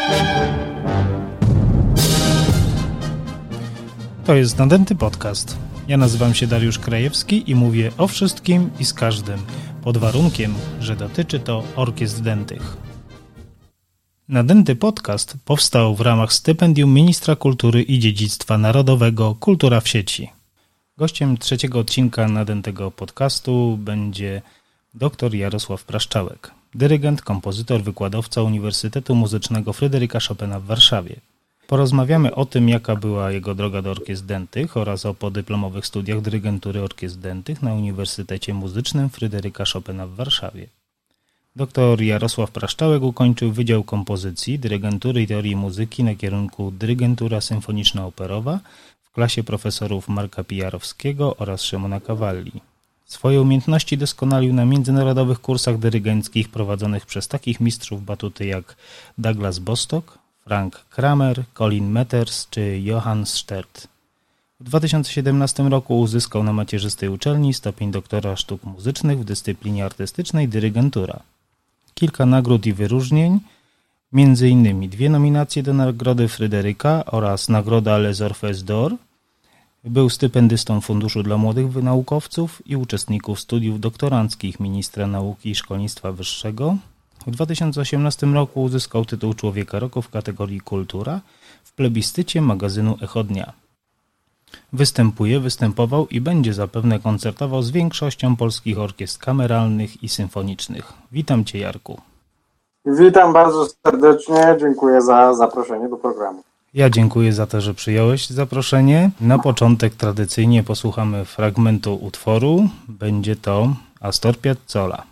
To jest Nadęty Podcast. Ja nazywam się Dariusz Krajewski i mówię o wszystkim i z każdym, pod warunkiem, że dotyczy to orkiestr dętych. Nadęty Podcast powstał w ramach stypendium Ministra Kultury i Dziedzictwa Narodowego Kultura w sieci. Gościem trzeciego odcinka Nadętego Podcastu będzie dr Jarosław Praszczałek, dyrygent, kompozytor, wykładowca Uniwersytetu Muzycznego Fryderyka Chopina w Warszawie. Porozmawiamy o tym, jaka była jego droga do orkiestr dętych oraz o podyplomowych studiach dyrygentury orkiestr dętych na Uniwersytecie Muzycznym Fryderyka Chopina w Warszawie. Dr Jarosław Praszczałek ukończył Wydział Kompozycji, Dyrygentury i Teorii Muzyki na kierunku Dyrygentura Symfoniczno-Operowa w klasie profesorów Marka Pijarowskiego oraz Szymona Kawalli. Swoje umiejętności doskonalił na międzynarodowych kursach dyrygenckich prowadzonych przez takich mistrzów batuty jak Douglas Bostock, Frank Kramer, Colin Metters czy Johann Stert. W 2017 roku uzyskał na macierzystej uczelni stopień doktora sztuk muzycznych w dyscyplinie artystycznej dyrygentura. Kilka nagród i wyróżnień, m.in. 2 nominacje do Nagrody Fryderyka oraz Nagroda Les Orfèvres d'Or. Był stypendystą Funduszu dla Młodych Naukowców i uczestników studiów doktoranckich Ministra Nauki i Szkolnictwa Wyższego. W 2018 roku uzyskał tytuł Człowieka Roku w kategorii Kultura w plebiscycie magazynu Echo Dnia. Występował i będzie zapewne koncertował z większością polskich orkiestr kameralnych i symfonicznych. Witam Cię, Jarku. Witam bardzo serdecznie, dziękuję za zaproszenie do programu. Ja dziękuję za to, że przyjąłeś zaproszenie. Na początek tradycyjnie posłuchamy fragmentu utworu. Będzie to Astor Piazzolla.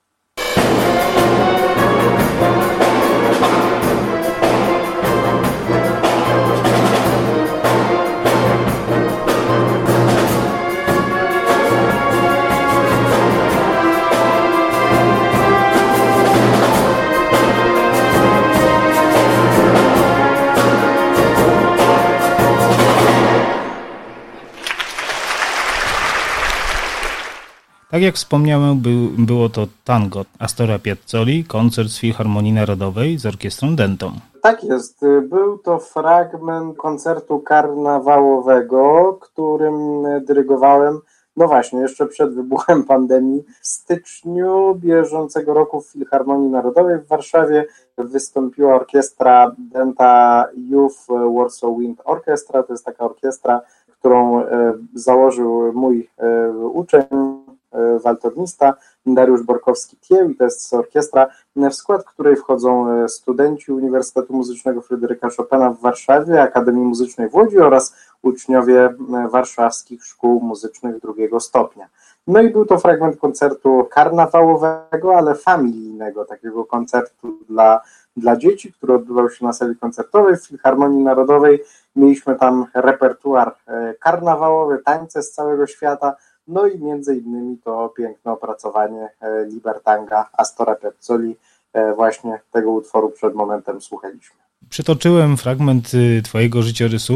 Tak jak wspomniałem, było to tango Astora Piazzolli, koncert z Filharmonii Narodowej z orkiestrą dętą. Tak jest. Był to fragment koncertu karnawałowego, którym dyrygowałem, no właśnie, jeszcze przed wybuchem pandemii. W styczniu bieżącego roku w Filharmonii Narodowej w Warszawie wystąpiła orkiestra dęta Youth Warsaw Wind Orchestra. To jest taka orkiestra, którą założył mój uczeń, waltornista Dariusz Borkowski-Tieł, i to jest orkiestra, w skład której wchodzą studenci Uniwersytetu Muzycznego Fryderyka Chopina w Warszawie, Akademii Muzycznej w Łodzi oraz uczniowie warszawskich szkół muzycznych drugiego stopnia. No i był to fragment koncertu karnawałowego, ale familijnego, takiego koncertu dla dzieci, który odbywał się na sali koncertowej w Filharmonii Narodowej. Mieliśmy tam repertuar karnawałowy, tańce z całego świata, no i między innymi to piękne opracowanie Libertanga Astora Piazzolli, właśnie tego utworu przed momentem słuchaliśmy. Przytoczyłem fragment Twojego życiorysu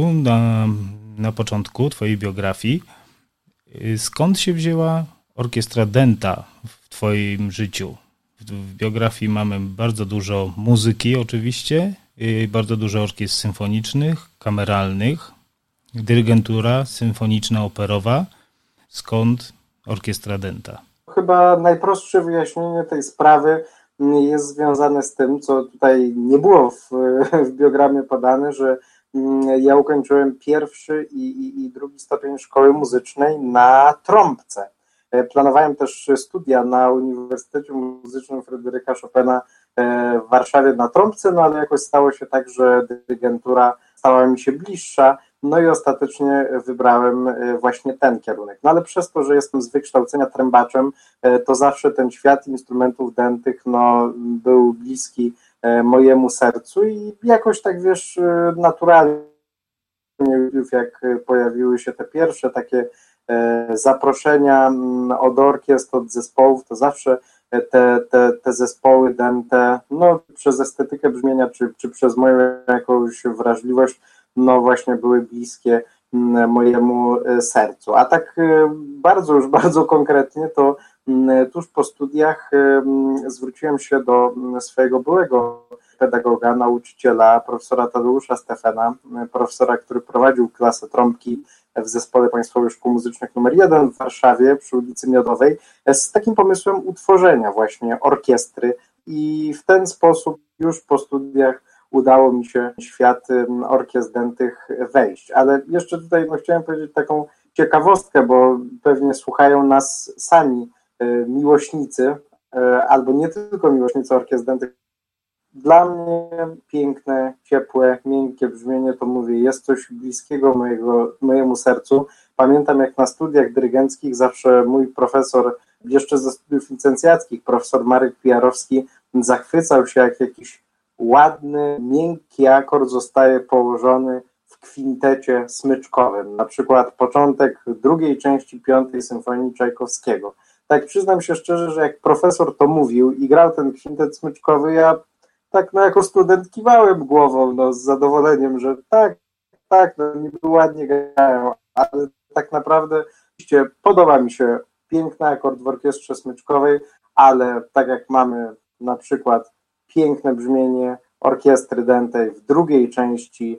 na początku Twojej biografii. Skąd się wzięła orkiestra dęta w Twoim życiu? W biografii mamy bardzo dużo muzyki oczywiście, bardzo dużo orkiestr symfonicznych, kameralnych, dyrygentura symfoniczna, operowa. Skąd orkiestra dęta? Chyba najprostsze wyjaśnienie tej sprawy jest związane z tym, co tutaj nie było w biogramie podane, że ja ukończyłem pierwszy i drugi stopień szkoły muzycznej na trąbce. Planowałem też studia na Uniwersytecie Muzycznym Fryderyka Chopina w Warszawie na trąbce, no ale jakoś stało się tak, że dyrygentura stała mi się bliższa, no i ostatecznie wybrałem właśnie ten kierunek. No ale przez to, że jestem z wykształcenia trębaczem, to zawsze ten świat instrumentów dętych był bliski mojemu sercu i jakoś tak, wiesz, naturalnie, jak pojawiły się te pierwsze takie zaproszenia od orkiestr, od zespołów, to zawsze te zespoły dęte, no przez estetykę brzmienia, czy przez moją jakąś wrażliwość, no właśnie były bliskie mojemu sercu. A tak bardzo konkretnie, to tuż po studiach zwróciłem się do swojego byłego pedagoga, nauczyciela, profesora Tadeusza Stefana, profesora, który prowadził klasę trąbki w Zespole Państwowych Szkół Muzycznych nr 1 w Warszawie przy ulicy Miodowej, z takim pomysłem utworzenia właśnie orkiestry i w ten sposób już po studiach udało mi się w świat orkiestr dętych wejść. Ale jeszcze tutaj chciałem powiedzieć taką ciekawostkę, bo pewnie słuchają nas sami miłośnicy, albo nie tylko miłośnicy orkiestr dętych. Dla mnie piękne, ciepłe, miękkie brzmienie, to mówię, jest coś bliskiego mojemu sercu. Pamiętam, jak na studiach dyrygenckich zawsze mój profesor, jeszcze ze studiów licencjackich, profesor Marek Pijarowski, zachwycał się, jak jakiś ładny, miękki akord zostaje położony w kwintecie smyczkowym. Na przykład początek drugiej części 5. Symfonii Czajkowskiego. Tak przyznam się szczerze, że jak profesor to mówił i grał ten kwintet smyczkowy, ja tak jako student kiwałem głową, z zadowoleniem, że tak, niby ładnie grają, ale tak naprawdę podoba mi się piękny akord w orkiestrze smyczkowej, ale tak jak mamy na przykład piękne brzmienie orkiestry dętej w drugiej części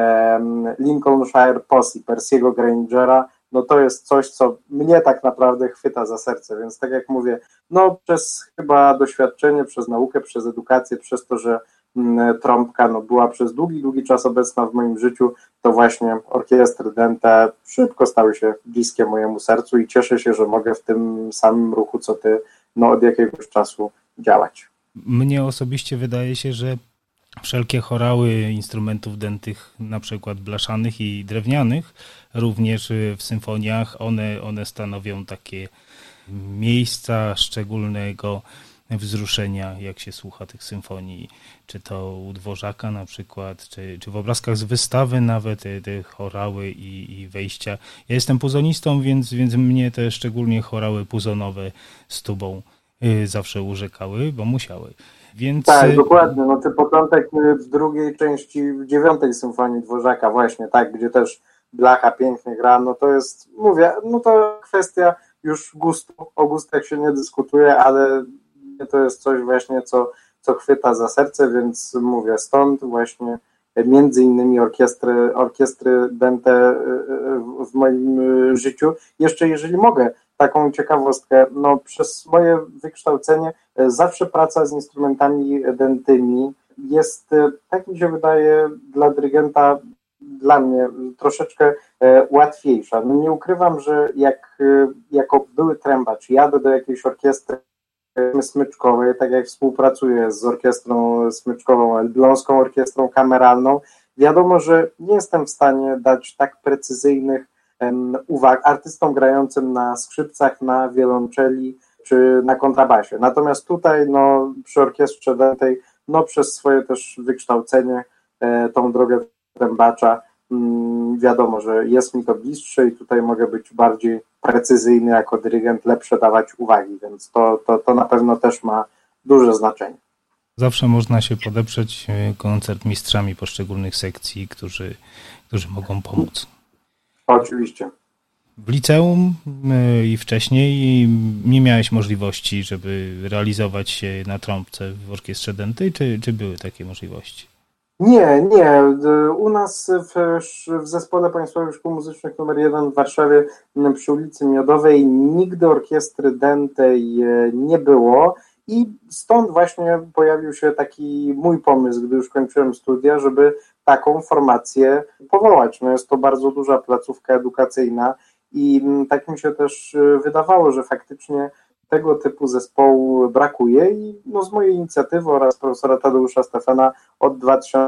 Lincolnshire Posse Percy'ego Grangera, to jest coś, co mnie tak naprawdę chwyta za serce, więc tak jak mówię, przez chyba doświadczenie, przez naukę, przez edukację, przez to, że trąbka była przez długi czas obecna w moim życiu, to właśnie orkiestry dęte szybko stały się bliskie mojemu sercu i cieszę się, że mogę w tym samym ruchu, co ty, od jakiegoś czasu działać. Mnie osobiście wydaje się, że wszelkie chorały instrumentów dętych, na przykład blaszanych i drewnianych, również w symfoniach, one stanowią takie miejsca szczególnego wzruszenia, jak się słucha tych symfonii, czy to u Dworzaka na przykład, czy w obrazkach z wystawy nawet, te chorały i wejścia. Ja jestem puzonistą, więc mnie te szczególnie chorały puzonowe z tubą zawsze urzekały, bo musiały. Więc... Tak, dokładnie. Czy początek w drugiej części, w 9. Symfonii Dworzaka właśnie, tak, gdzie też blacha pięknie gra, to jest, mówię, to kwestia już gustu, o gustach się nie dyskutuje, ale to jest coś właśnie, co chwyta za serce, więc mówię, stąd właśnie między innymi orkiestry dęte w moim życiu. Jeszcze jeżeli mogę, taką ciekawostkę, przez moje wykształcenie zawsze praca z instrumentami dętymi jest, tak mi się wydaje, dla dyrygenta, dla mnie troszeczkę łatwiejsza. Nie ukrywam, że jako były trębacz jadę do jakiejś orkiestry smyczkowej, tak jak współpracuję z orkiestrą smyczkową, Elbląską Orkiestrą Kameralną, wiadomo, że nie jestem w stanie dać tak precyzyjnych uwag artystom grającym na skrzypcach, na wiolonczeli czy na kontrabasie. Natomiast tutaj przy orkiestrze dętej, przez swoje też wykształcenie, tą drogę trębacza, wiadomo, że jest mi to bliższe i tutaj mogę być bardziej precyzyjny jako dyrygent, lepsze dawać uwagi, więc to na pewno też ma duże znaczenie. Zawsze można się podeprzeć koncertmistrzami poszczególnych sekcji, którzy mogą pomóc. Oczywiście. W liceum i wcześniej nie miałeś możliwości, żeby realizować się na trąbce w orkiestrze dętej, czy były takie możliwości? Nie. U nas w Zespole Państwowych Szkół Muzycznych nr 1 w Warszawie przy ulicy Miodowej nigdy orkiestry dętej nie było i stąd właśnie pojawił się taki mój pomysł, gdy już kończyłem studia, żeby taką formację powołać. Jest to bardzo duża placówka edukacyjna i tak mi się też wydawało, że faktycznie tego typu zespołu brakuje i z mojej inicjatywy oraz profesora Tadeusza Stefana od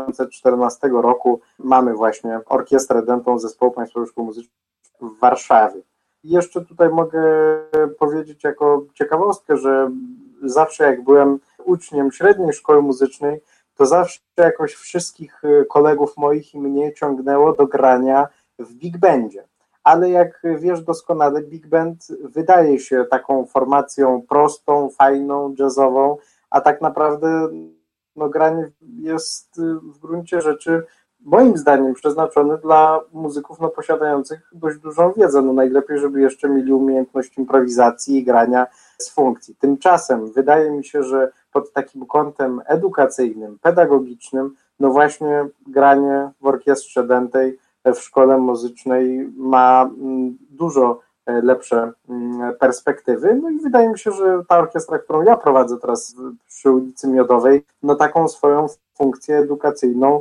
2014 roku mamy właśnie orkiestrę dętą Zespołu Państwowych Szkół Muzycznych w Warszawie. I jeszcze tutaj mogę powiedzieć jako ciekawostkę, że zawsze jak byłem uczniem średniej szkoły muzycznej, to zawsze jakoś wszystkich kolegów moich i mnie ciągnęło do grania w big bandzie. Ale jak wiesz doskonale, big band wydaje się taką formacją prostą, fajną, jazzową, a tak naprawdę granie jest w gruncie rzeczy moim zdaniem przeznaczone dla muzyków posiadających dość dużą wiedzę. Najlepiej, żeby jeszcze mieli umiejętność improwizacji i grania z funkcji. Tymczasem wydaje mi się, że pod takim kątem edukacyjnym, pedagogicznym, no właśnie granie w orkiestrze dętej w szkole muzycznej ma dużo lepsze perspektywy. No i wydaje mi się, że ta orkiestra, którą ja prowadzę teraz przy ulicy Miodowej, no taką swoją funkcję edukacyjną.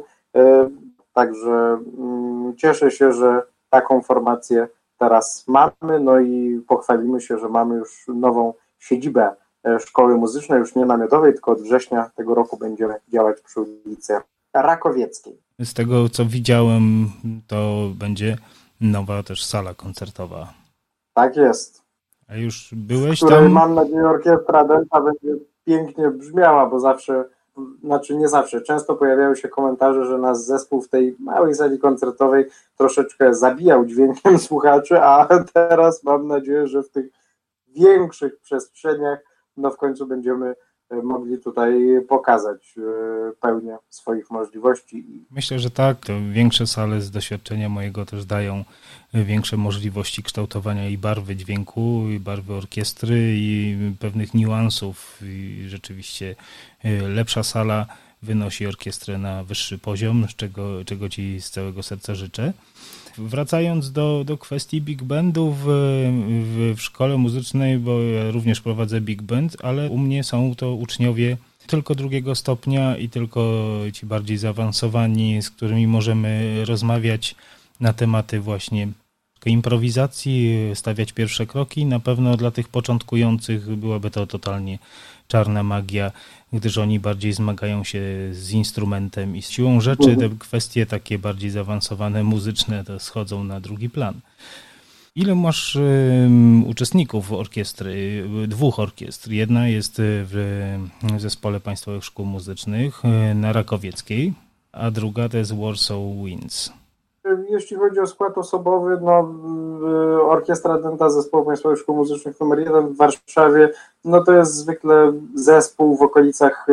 Także cieszę się, że taką formację teraz mamy, no i pochwalimy się, że mamy już nową siedzibę szkoły muzycznej, już nie na Miodowej, tylko od września tego roku będziemy działać przy ulicy Rakowieckiej. Z tego, co widziałem, to będzie nowa też sala koncertowa. Tak jest. A już byłeś w której tam? Mam nadzieję, orkiestra dęta będzie pięknie brzmiała, bo zawsze, znaczy nie zawsze, często pojawiały się komentarze, że nasz zespół w tej małej sali koncertowej troszeczkę zabijał dźwiękiem słuchaczy, a teraz mam nadzieję, że w tych większych przestrzeniach no w końcu będziemy mogli tutaj pokazać pełnię swoich możliwości. Myślę, że tak. To większe sale z doświadczenia mojego też dają większe możliwości kształtowania i barwy dźwięku, i barwy orkiestry, i pewnych niuansów. I rzeczywiście lepsza sala wynosi orkiestrę na wyższy poziom, czego Ci z całego serca życzę. Wracając do kwestii big bandów w szkole muzycznej, bo ja również prowadzę big band, ale u mnie są to uczniowie tylko drugiego stopnia i tylko ci bardziej zaawansowani, z którymi możemy rozmawiać na tematy właśnie improwizacji, stawiać pierwsze kroki. Na pewno dla tych początkujących byłaby to totalnie czarna magia, gdyż oni bardziej zmagają się z instrumentem i z siłą rzeczy te kwestie takie bardziej zaawansowane, muzyczne, to schodzą na drugi plan. Ile masz uczestników orkiestry? Dwóch orkiestr. Jedna jest w Zespole Państwowych Szkół Muzycznych na Rakowieckiej, a druga to jest Warsaw Winds. Jeśli chodzi o skład osobowy, no Orkiestra Dęta Zespołu Państwowych Szkół Muzycznych nr 1 w Warszawie, no to jest zwykle zespół w okolicach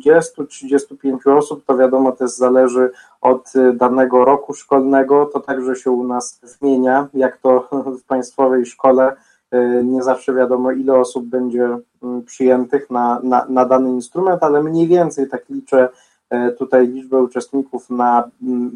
30-35 osób, to wiadomo też zależy od danego roku szkolnego, to także się u nas zmienia, jak to w państwowej szkole, nie zawsze wiadomo ile osób będzie przyjętych na dany instrument, ale mniej więcej tak liczę tutaj liczbę uczestników na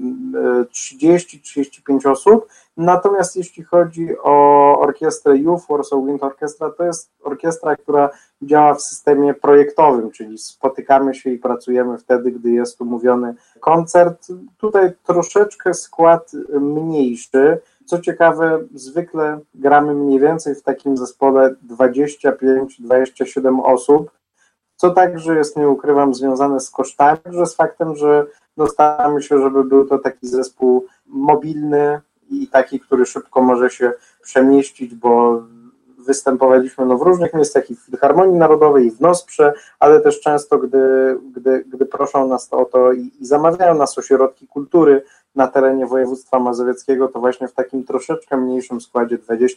30-35 osób. Natomiast jeśli chodzi o orkiestrę Youth Warsaw Wind Orchestra, to jest orkiestra, która działa w systemie projektowym, czyli spotykamy się i pracujemy wtedy, gdy jest umówiony koncert. Tutaj troszeczkę skład mniejszy. Co ciekawe, zwykle gramy mniej więcej w takim zespole 25-27 osób, co także jest, nie ukrywam, związane z kosztami, że z faktem, że staramy się, żeby był to taki zespół mobilny i taki, który szybko może się przemieścić, bo występowaliśmy w różnych miejscach i w Filharmonii Narodowej, i w Nosprze, ale też często, gdy proszą nas o to i zamawiają nas ośrodki kultury na terenie województwa mazowieckiego, to właśnie w takim troszeczkę mniejszym składzie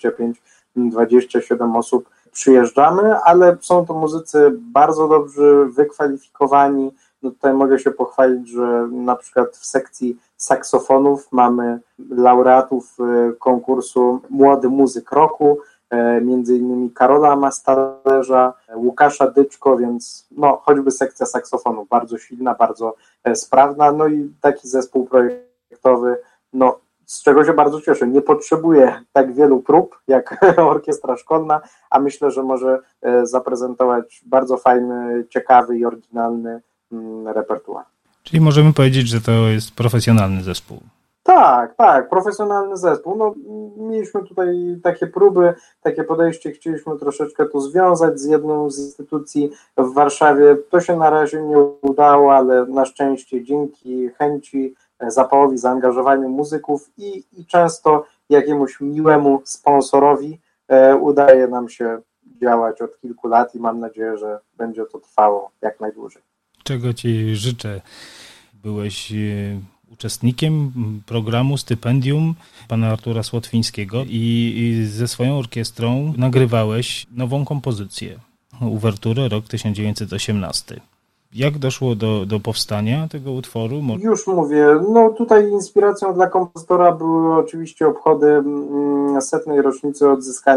25-27 osób przyjeżdżamy, ale są to muzycy bardzo dobrze wykwalifikowani. No tutaj mogę się pochwalić, że na przykład w sekcji saksofonów mamy laureatów konkursu Młody Muzyk Roku, między innymi Karola Mastalerza, Łukasza Dyczko, więc no, choćby sekcja saksofonów bardzo silna, bardzo sprawna, no i taki zespół projektowy, no z czego się bardzo cieszę, nie potrzebuje tak wielu prób jak orkiestra szkolna, a myślę, że może zaprezentować bardzo fajny, ciekawy i oryginalny repertuar. Czyli możemy powiedzieć, że to jest profesjonalny zespół. Tak, profesjonalny zespół. No, mieliśmy tutaj takie próby, takie podejście, chcieliśmy troszeczkę to związać z jedną z instytucji w Warszawie. To się na razie nie udało, ale na szczęście dzięki chęci, zapałowi, zaangażowaniu muzyków i często jakiemuś miłemu sponsorowi udaje nam się działać od kilku lat i mam nadzieję, że będzie to trwało jak najdłużej. Czego Ci życzę? Byłeś uczestnikiem programu Stypendium pana Artura Słotwińskiego i ze swoją orkiestrą nagrywałeś nową kompozycję, uwerturę, rok 1918. Jak doszło do powstania tego utworu? Już mówię, no tutaj inspiracją dla kompozytora były oczywiście obchody 100. rocznicy odzyskania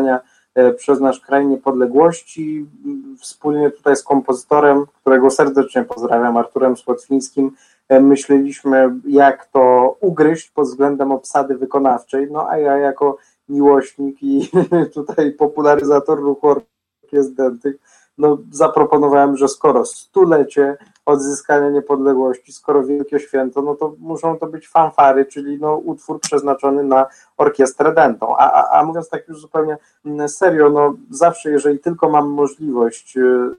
przez nasz kraj niepodległości. Wspólnie tutaj z kompozytorem, którego serdecznie pozdrawiam, Arturem Słotwińskim, myśleliśmy, jak to ugryźć pod względem obsady wykonawczej, no a ja jako miłośnik i tutaj popularyzator ruchu orkiestr dętych, no zaproponowałem, że skoro 100-lecie odzyskania niepodległości, skoro wielkie święto, no to muszą to być fanfary, czyli no utwór przeznaczony na orkiestrę dętą. A mówiąc tak już zupełnie serio, no zawsze, jeżeli tylko mam możliwość,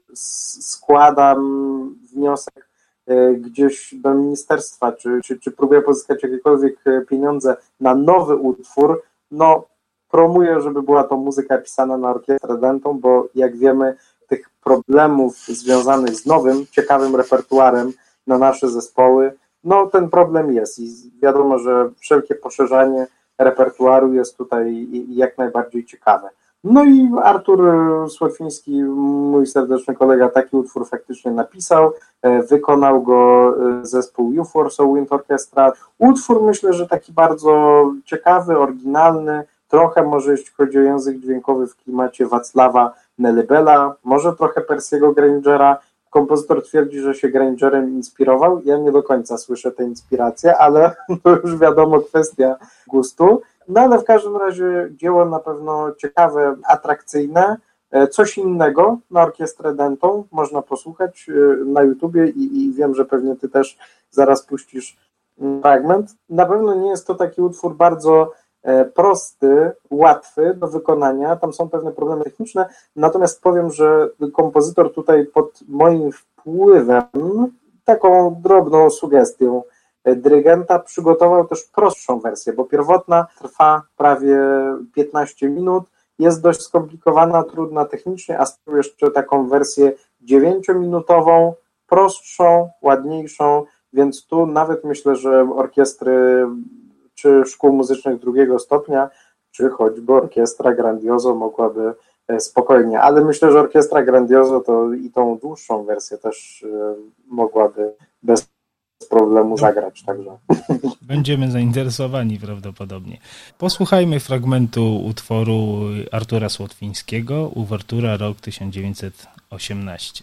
składam wniosek gdzieś do ministerstwa, czy próbuję pozyskać jakiekolwiek pieniądze na nowy utwór, no promuję, żeby była to muzyka pisana na orkiestrę dętą, bo jak wiemy, tych problemów związanych z nowym, ciekawym repertuarem na nasze zespoły, no ten problem jest i wiadomo, że wszelkie poszerzanie repertuaru jest tutaj jak najbardziej ciekawe. No i Artur Słotwiński, mój serdeczny kolega, taki utwór faktycznie napisał, wykonał go zespół Youth Warsaw Wind Orchestra. Utwór myślę, że taki bardzo ciekawy, oryginalny, trochę może jeśli chodzi o język dźwiękowy w klimacie Wacława Nelybela, może trochę Percy'ego Grangera. Kompozytor twierdzi, że się Grangerem inspirował. Ja nie do końca słyszę tę inspirację, ale to już wiadomo, kwestia gustu. No ale w każdym razie dzieło na pewno ciekawe, atrakcyjne, coś innego na orkiestrę dętą można posłuchać na YouTubie i wiem, że pewnie ty też zaraz puścisz fragment. Na pewno nie jest to taki utwór bardzo prosty, łatwy do wykonania, tam są pewne problemy techniczne, natomiast powiem, że kompozytor tutaj pod moim wpływem, taką drobną sugestią dyrygenta, przygotował też prostszą wersję, bo pierwotna trwa prawie 15 minut, jest dość skomplikowana, trudna technicznie, a stworzył jeszcze taką wersję 9-minutową, prostszą, ładniejszą, więc tu nawet myślę, że orkiestry czy szkół muzycznych drugiego stopnia, czy choćby orkiestra Grandioso mogłaby spokojnie, ale myślę, że orkiestra Grandioso to i tą dłuższą wersję też mogłaby bez problemu zagrać, także. Będziemy zainteresowani prawdopodobnie. Posłuchajmy fragmentu utworu Artura Słotwińskiego, uwertura rok 1918.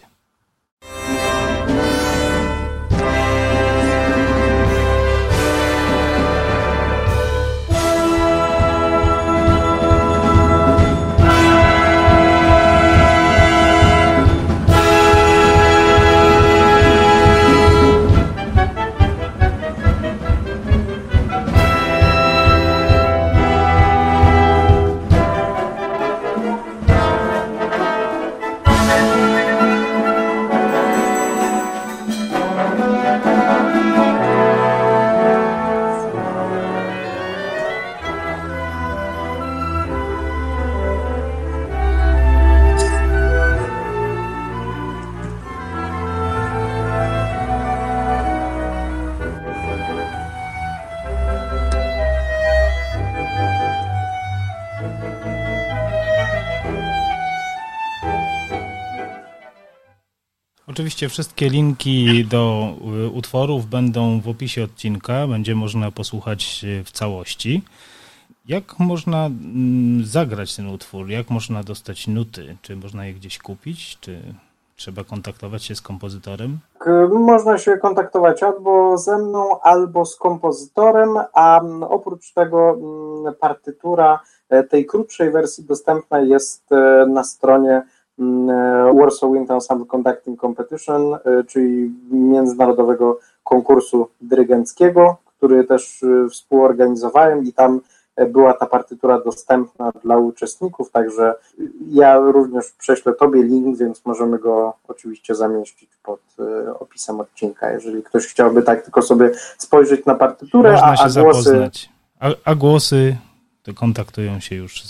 Oczywiście wszystkie linki do utworów będą w opisie odcinka, będzie można posłuchać w całości. Jak można zagrać ten utwór? Jak można dostać nuty? Czy można je gdzieś kupić? Czy trzeba kontaktować się z kompozytorem? Można się kontaktować albo ze mną, albo z kompozytorem, a oprócz tego partytura tej krótszej wersji dostępna jest na stronie Warsaw Wind Ensemble Conducting Competition, czyli międzynarodowego konkursu dyrygenckiego, który też współorganizowałem i tam była ta partytura dostępna dla uczestników, także ja również prześlę Tobie link, więc możemy go oczywiście zamieścić pod opisem odcinka, jeżeli ktoś chciałby tak tylko sobie spojrzeć na partyturę, można się zapoznać. A głosy to kontaktują się już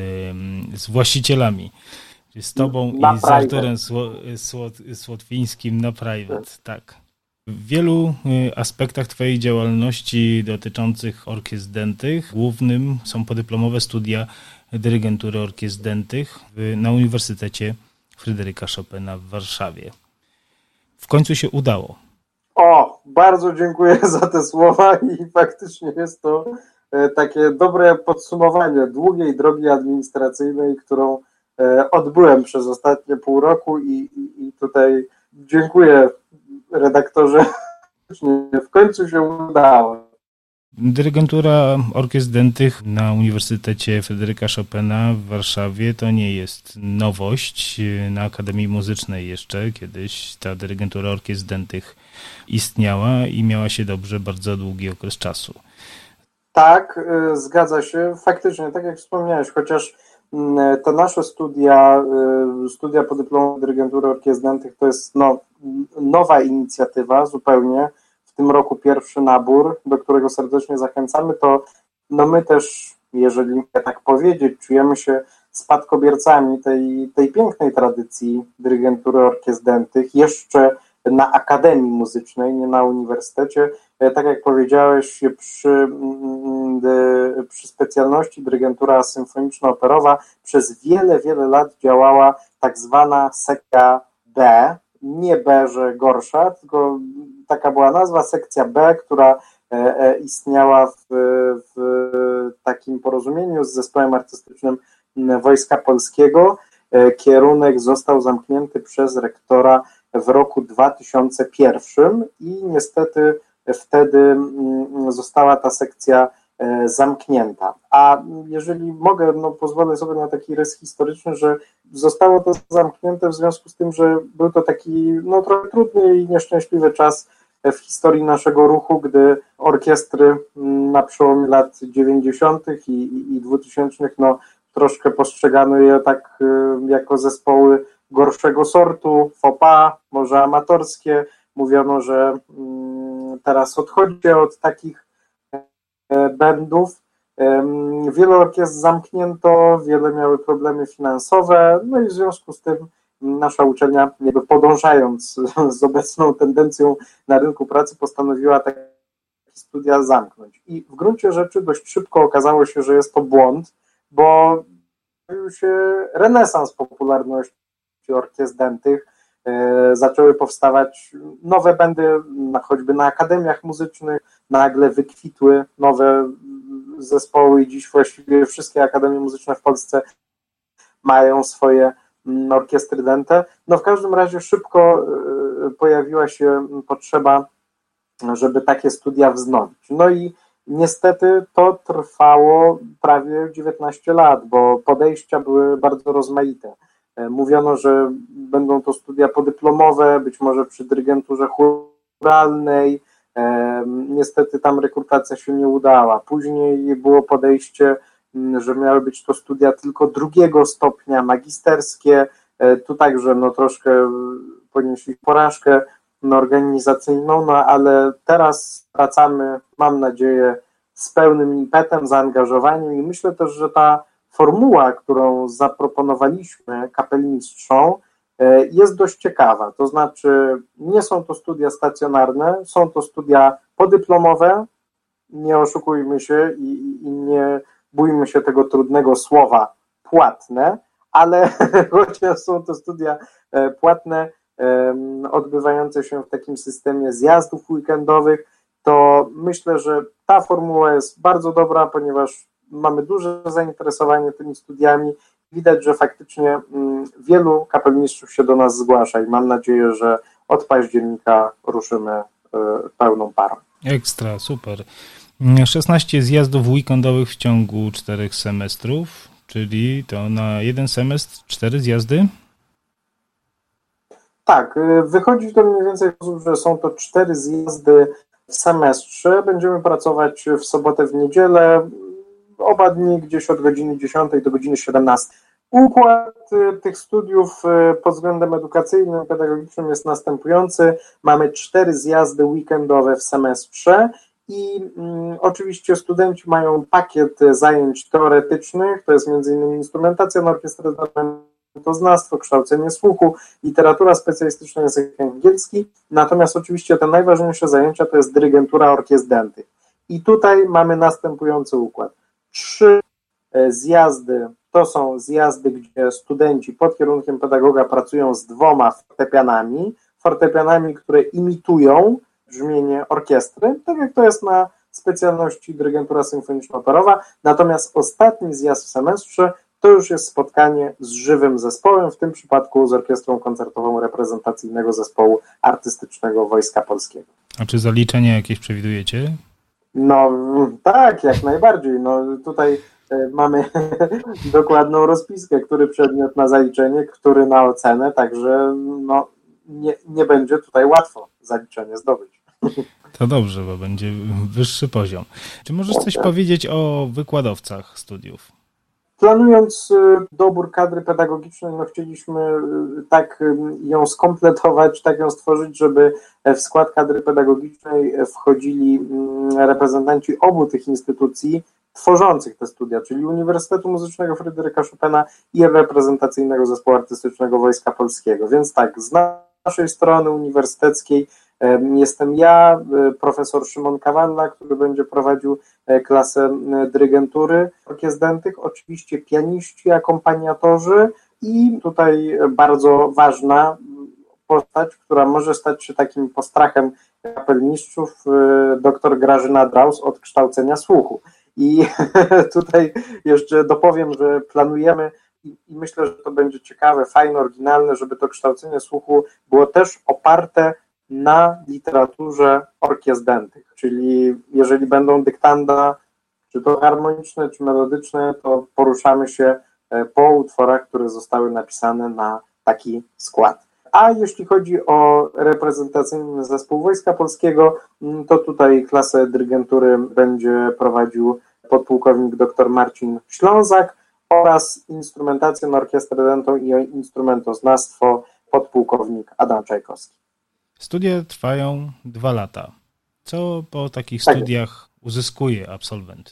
z właścicielami. Z Tobą na i z Arturem Słotwińskim na private, tak. W wielu aspektach Twojej działalności dotyczących orkiestr dętych głównym są podyplomowe studia dyrygentury orkiestr dętych na Uniwersytecie Fryderyka Chopina w Warszawie. W końcu się udało. O, bardzo dziękuję za te słowa i faktycznie jest to takie dobre podsumowanie długiej drogi administracyjnej, którą odbyłem przez ostatnie pół roku i tutaj dziękuję redaktorze, w końcu się udało. Dyrygentura orkiestr dętych na Uniwersytecie Fryderyka Chopina w Warszawie to nie jest nowość. Na Akademii Muzycznej jeszcze kiedyś ta dyrygentura orkiestr dętych istniała i miała się dobrze bardzo długi okres czasu. Tak, zgadza się. Faktycznie, tak jak wspomniałeś, chociaż te nasze studia podyplomowe dyrygentury orkiestr dętych to jest nowa inicjatywa zupełnie. W tym roku pierwszy nabór, do którego serdecznie zachęcamy, to my też, jeżeli mogę tak powiedzieć, czujemy się spadkobiercami tej pięknej tradycji dyrygentury orkiestr dętych jeszcze na Akademii Muzycznej, nie na uniwersytecie. Tak jak powiedziałeś, przy specjalności dyrygentura symfoniczno-operowa przez wiele, wiele lat działała tak zwana sekcja B, nie B, że gorsza, tylko taka była nazwa, sekcja B, która istniała w takim porozumieniu z zespołem artystycznym Wojska Polskiego. Kierunek został zamknięty przez rektora w roku 2001 i niestety wtedy została ta sekcja zamknięta. A jeżeli mogę, pozwolę sobie na taki rys historyczny, że zostało to zamknięte w związku z tym, że był to taki trochę trudny i nieszczęśliwy czas w historii naszego ruchu, gdy orkiestry na przełomie lat 90. i 2000 troszkę postrzegano je tak jako zespoły gorszego sortu, faux pas, może amatorskie. Mówiono, że teraz odchodzi od takich bandów. Wiele orkiestr zamknięto, wiele miały problemy finansowe, i w związku z tym nasza uczelnia, jakby podążając z obecną tendencją na rynku pracy, postanowiła takie studia zamknąć. I w gruncie rzeczy dość szybko okazało się, że jest to błąd, bo pojawił się renesans popularności orkiestr dętych, zaczęły powstawać nowe bandy, choćby na akademiach muzycznych, nagle wykwitły nowe zespoły i dziś właściwie wszystkie akademie muzyczne w Polsce mają swoje orkiestry dęte. W każdym razie szybko pojawiła się potrzeba, żeby takie studia wznowić. I niestety to trwało prawie 19 lat, bo podejścia były bardzo rozmaite. Mówiono, że będą to studia podyplomowe, być może przy dyrygenturze chóralnej. Niestety tam rekrutacja się nie udała. Później było podejście, że miały być to studia tylko drugiego stopnia, magisterskie. Tu także troszkę ponieśli porażkę organizacyjną, ale teraz wracamy, mam nadzieję, z pełnym impetem, zaangażowaniem i myślę też, że ta formuła, którą zaproponowaliśmy kapelmistrzom, jest dość ciekawa. To znaczy, nie są to studia stacjonarne, są to studia podyplomowe, nie oszukujmy się i nie bójmy się tego trudnego słowa płatne, ale chociaż są to studia płatne, odbywające się w takim systemie zjazdów weekendowych, to myślę, że ta formuła jest bardzo dobra, ponieważ mamy duże zainteresowanie tymi studiami. Widać, że faktycznie wielu kapelmistrzów się do nas zgłasza i mam nadzieję, że od października ruszymy pełną parą. Ekstra, super. 16 zjazdów weekendowych w ciągu 4 semestrów, czyli to na jeden semestr 4 zjazdy? Tak, wychodzi to mniej więcej w sposób, że są to 4 zjazdy w semestrze. Będziemy pracować w sobotę, w niedzielę, oba dni gdzieś od godziny 10 do godziny 17. Układ tych studiów pod względem edukacyjnym, pedagogicznym jest następujący. Mamy 4 zjazdy weekendowe w semestrze i oczywiście studenci mają pakiet zajęć teoretycznych, to jest m.in. instrumentacja na orkiestrę, dźwiękoznawstwo, kształcenie słuchu, literatura specjalistyczna, język angielski, natomiast oczywiście te najważniejsze zajęcia to jest dyrygentura orkiestr dętych. I tutaj mamy następujący układ. 3 zjazdy to są zjazdy, gdzie studenci pod kierunkiem pedagoga pracują z 2 fortepianami, które imitują brzmienie orkiestry, tak jak to jest na specjalności dyrygentura symfoniczno-operowa. Natomiast ostatni zjazd w semestrze to już jest spotkanie z żywym zespołem, w tym przypadku z Orkiestrą Koncertową Reprezentacyjnego Zespołu Artystycznego Wojska Polskiego. A czy zaliczenia jakieś przewidujecie? No tak, jak najbardziej. No, tutaj mamy dokładną rozpiskę, który przedmiot na zaliczenie, który na ocenę, także no, nie będzie tutaj łatwo zaliczenie zdobyć. To dobrze, bo będzie wyższy poziom. Czy możesz coś powiedzieć o wykładowcach studiów? Planując dobór kadry pedagogicznej, no chcieliśmy tak ją skompletować, tak ją stworzyć, żeby w skład kadry pedagogicznej wchodzili reprezentanci obu tych instytucji tworzących te studia, czyli Uniwersytetu Muzycznego Fryderyka Chopina i Reprezentacyjnego Zespołu Artystycznego Wojska Polskiego. Więc tak, z naszej strony uniwersyteckiej jestem ja, profesor Szymon Kawalla, który będzie prowadził klasę dyrygentury orkiestr dętych, oczywiście pianiści, akompaniatorzy i tutaj bardzo ważna postać, która może stać się takim postrachem kapelmistrzów, dr Grażyna Draus od kształcenia słuchu. I tutaj jeszcze dopowiem, że planujemy i myślę, że to będzie ciekawe, fajne, oryginalne, żeby to kształcenie słuchu było też oparte na literaturze orkiestr dętych, czyli jeżeli będą dyktanda, czy to harmoniczne, czy melodyczne, to poruszamy się po utworach, które zostały napisane na taki skład. A jeśli chodzi o reprezentacyjny zespół Wojska Polskiego, to tutaj klasę dyrygentury będzie prowadził podpułkownik dr Marcin Ślązak oraz instrumentację na orkiestrę dętą i instrumentoznawstwo podpułkownik Adam Czajkowski. Studia trwają 2 lata. Co po takich studiach uzyskuje absolwent?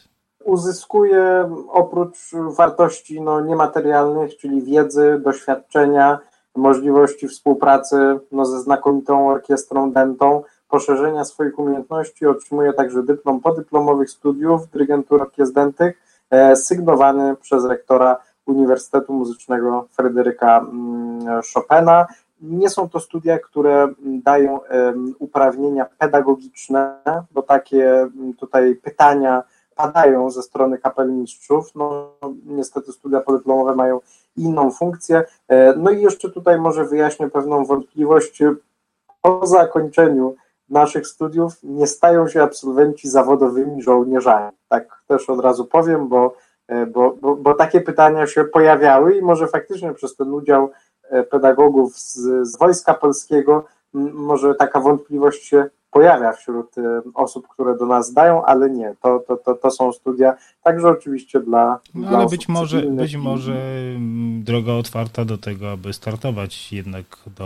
Uzyskuje oprócz wartości niematerialnych, czyli wiedzy, doświadczenia, możliwości współpracy ze znakomitą orkiestrą dętą, poszerzenia swoich umiejętności, otrzymuje także dyplom podyplomowych studiów dyrygentury orkiestr dętych, sygnowany przez rektora Uniwersytetu Muzycznego Fryderyka Chopina. Nie są to studia, które dają uprawnienia pedagogiczne, bo takie tutaj pytania padają ze strony kapelmistrzów. No niestety studia podyplomowe mają inną funkcję. No i jeszcze tutaj może wyjaśnię pewną wątpliwość. Po zakończeniu naszych studiów nie stają się absolwenci zawodowymi żołnierzami. Tak też od razu powiem, bo takie pytania się pojawiały i może faktycznie przez ten udział pedagogów z Wojska Polskiego może taka wątpliwość się pojawia wśród osób, które do nas dają, ale nie, to są studia także oczywiście dla ale osób być może droga otwarta do tego, aby startować jednak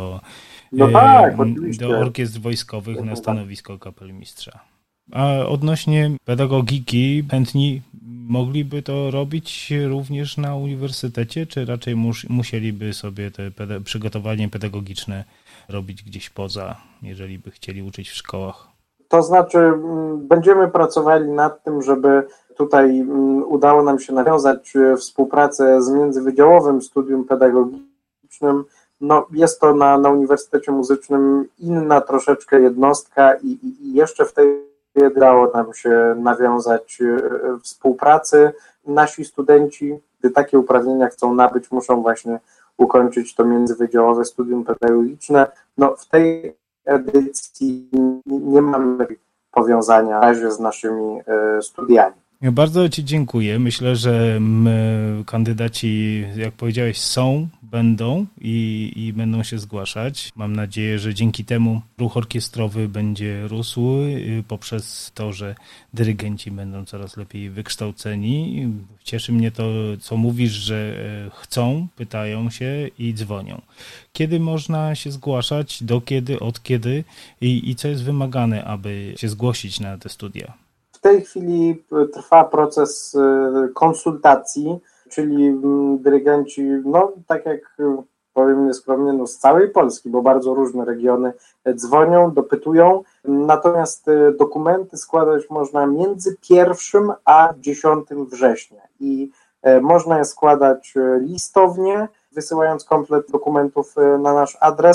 do orkiestr wojskowych na stanowisko kapelmistrza. A odnośnie pedagogiki, chętni mogliby to robić również na uniwersytecie, czy raczej musieliby sobie te przygotowanie pedagogiczne robić gdzieś poza, jeżeli by chcieli uczyć w szkołach? To znaczy będziemy pracowali nad tym, żeby tutaj udało nam się nawiązać współpracę z międzywydziałowym studium pedagogicznym. No, jest to na Uniwersytecie Muzycznym inna troszeczkę jednostka i jeszcze w tej udało nam się nawiązać współpracy. Nasi studenci, gdy takie uprawnienia chcą nabyć, muszą właśnie ukończyć to międzywydziałowe studium pedagogiczne. No, w tej edycji nie mamy powiązania na razie z naszymi studiami. Ja bardzo Ci dziękuję. Myślę, że kandydaci, jak powiedziałeś, będą i będą się zgłaszać. Mam nadzieję, że dzięki temu ruch orkiestrowy będzie rósł poprzez to, że dyrygenci będą coraz lepiej wykształceni. Cieszy mnie to, co mówisz, że chcą, pytają się i dzwonią. Kiedy można się zgłaszać, do kiedy, od kiedy i co jest wymagane, aby się zgłosić na te studia? W tej chwili trwa proces konsultacji, czyli dyrygenci, tak jak powiem nieskromnie, z całej Polski, bo bardzo różne regiony dzwonią, dopytują, natomiast dokumenty składać można między 1 a 10 września i można je składać listownie, wysyłając komplet dokumentów na nasz adres.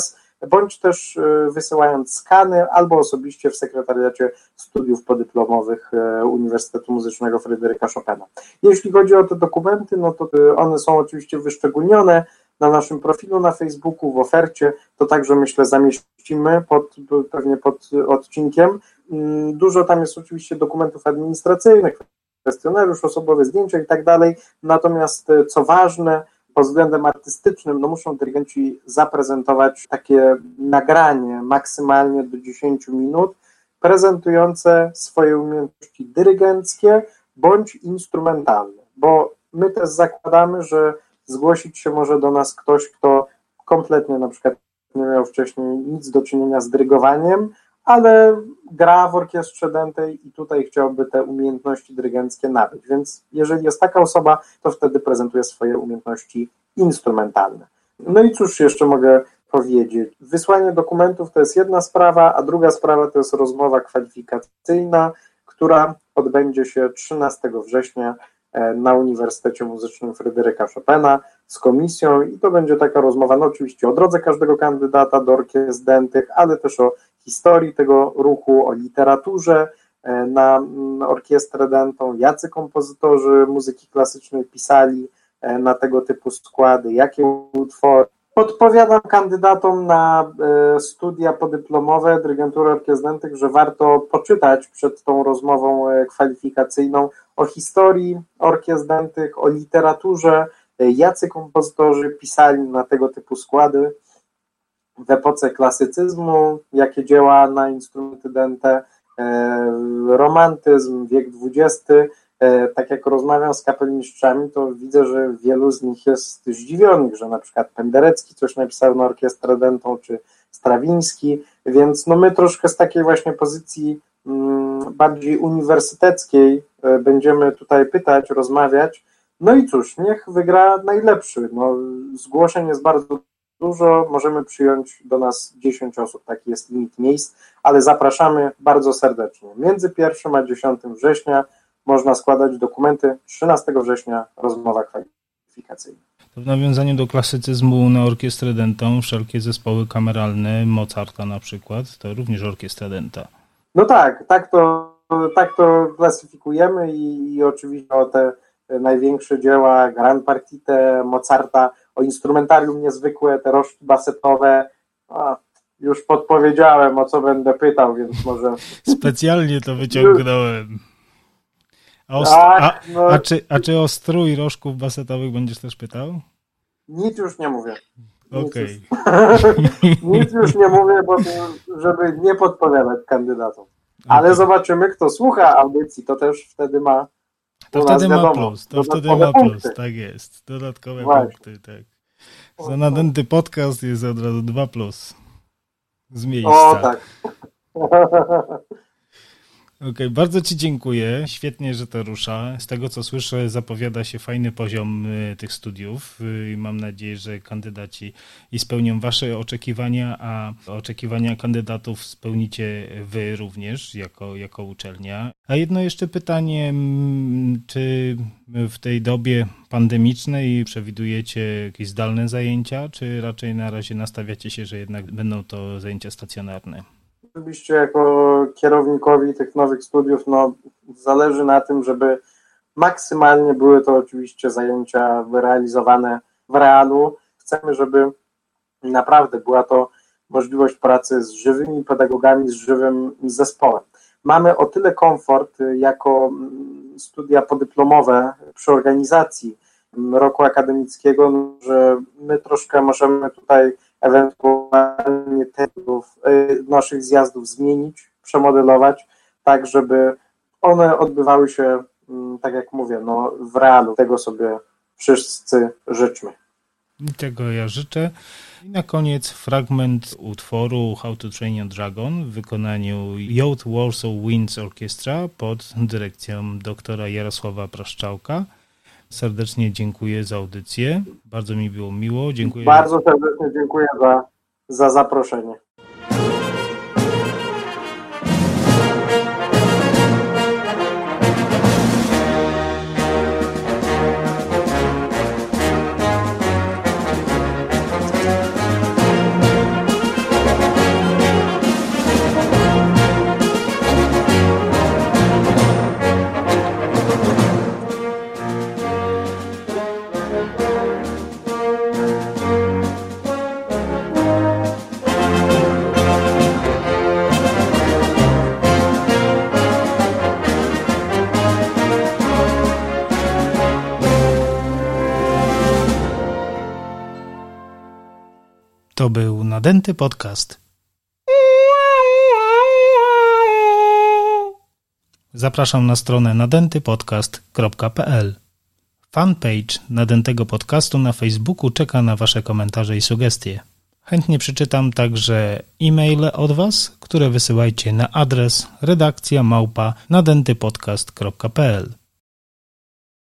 bądź też wysyłając skany albo osobiście w sekretariacie studiów podyplomowych Uniwersytetu Muzycznego Fryderyka Chopina. Jeśli chodzi o te dokumenty, no to one są oczywiście wyszczególnione na naszym profilu na Facebooku, w ofercie, to także myślę zamieścimy pewnie pod odcinkiem. Dużo tam jest oczywiście dokumentów administracyjnych, kwestionariusz osobowy, zdjęcia i tak dalej, natomiast co ważne, pod względem artystycznym, no muszą dyrygenci zaprezentować takie nagranie maksymalnie do 10 minut, prezentujące swoje umiejętności dyrygenckie bądź instrumentalne, bo my też zakładamy, że zgłosić się może do nas ktoś, kto kompletnie na przykład nie miał wcześniej nic do czynienia z dyrygowaniem, ale gra w orkiestrze dętej i tutaj chciałby te umiejętności dyrygenckie nabyć. Więc jeżeli jest taka osoba, to wtedy prezentuje swoje umiejętności instrumentalne. No i cóż jeszcze mogę powiedzieć? Wysłanie dokumentów to jest jedna sprawa, a druga sprawa to jest rozmowa kwalifikacyjna, która odbędzie się 13 września na Uniwersytecie Muzycznym Fryderyka Chopina z komisją i to będzie taka rozmowa, no oczywiście o drodze każdego kandydata do orkiestr dętych, ale też o historii tego ruchu, o literaturze na orkiestrę dętą, jacy kompozytorzy muzyki klasycznej pisali na tego typu składy, jakie utwory. Podpowiadam kandydatom na studia podyplomowe dyrygentury orkiestr dętych, że warto poczytać przed tą rozmową kwalifikacyjną o historii orkiestr dętych, o literaturze, jacy kompozytorzy pisali na tego typu składy w epoce klasycyzmu, jakie dzieła na instrumenty dęte, romantyzm, wiek XX. Tak jak rozmawiam z kapelmistrzami, to widzę, że wielu z nich jest zdziwionych, że na przykład Penderecki coś napisał na orkiestrę dętą, czy Strawiński, więc no my troszkę z takiej właśnie pozycji bardziej uniwersyteckiej będziemy tutaj pytać, rozmawiać. No i cóż, niech wygra najlepszy. No, zgłoszeń jest bardzo dużo, możemy przyjąć do nas 10 osób, taki jest limit miejsc, ale zapraszamy bardzo serdecznie. Między 1 a 10 września można składać dokumenty, 13 września rozmowa kwalifikacyjna. W nawiązaniu do klasycyzmu na orkiestrę dętą, wszelkie zespoły kameralne, Mozarta na przykład, to również orkiestra dęta. No tak to klasyfikujemy i oczywiście o te największe dzieła, Grand Partite, Mozarta, o instrumentarium niezwykłe, te rożki basetowe, już podpowiedziałem, o co będę pytał, więc może... Specjalnie to wyciągnąłem. A czy o strój rożków basetowych będziesz też pytał? Nic już nie mówię. Okej. Nic już nie mówię, bo żeby nie podpowiadać kandydatom. Ale zobaczymy, kto słucha audycji, to też wtedy ma plus. To wtedy ma plus, tak jest. Dodatkowe punkty, tak. Za nadęty podcast jest od razu 2 plus. Z miejsca. O, tak. Okej, bardzo Ci dziękuję. Świetnie, że to rusza. Z tego, co słyszę, zapowiada się fajny poziom tych studiów i mam nadzieję, że kandydaci i spełnią Wasze oczekiwania, a oczekiwania kandydatów spełnicie Wy również jako uczelnia. A jedno jeszcze pytanie, czy w tej dobie pandemicznej przewidujecie jakieś zdalne zajęcia, czy raczej na razie nastawiacie się, że jednak będą to zajęcia stacjonarne? Oczywiście jako kierownikowi tych nowych studiów zależy na tym, żeby maksymalnie były to oczywiście zajęcia realizowane w realu. Chcemy, żeby naprawdę była to możliwość pracy z żywymi pedagogami, z żywym zespołem. Mamy o tyle komfort jako studia podyplomowe przy organizacji roku akademickiego, że my troszkę możemy tutaj ewentualnie tematów naszych zjazdów zmienić, przemodelować, tak żeby one odbywały się, tak jak mówię, w realu. Tego sobie wszyscy życzmy. I tego ja życzę. I na koniec fragment utworu How to Train Your Dragon w wykonaniu Youth Warsaw Winds Orchestra pod dyrekcją doktora Jarosława Praszczałka. Serdecznie dziękuję za audycję. Bardzo mi było miło. Dziękuję. Bardzo serdecznie dziękuję za zaproszenie. To był Nadęty Podcast. Zapraszam na stronę nadętypodcast.pl. Fanpage Nadętego Podcastu na Facebooku czeka na Wasze komentarze i sugestie. Chętnie przeczytam także e-maile od Was, które wysyłajcie na adres redakcja@nadętypodcast.pl.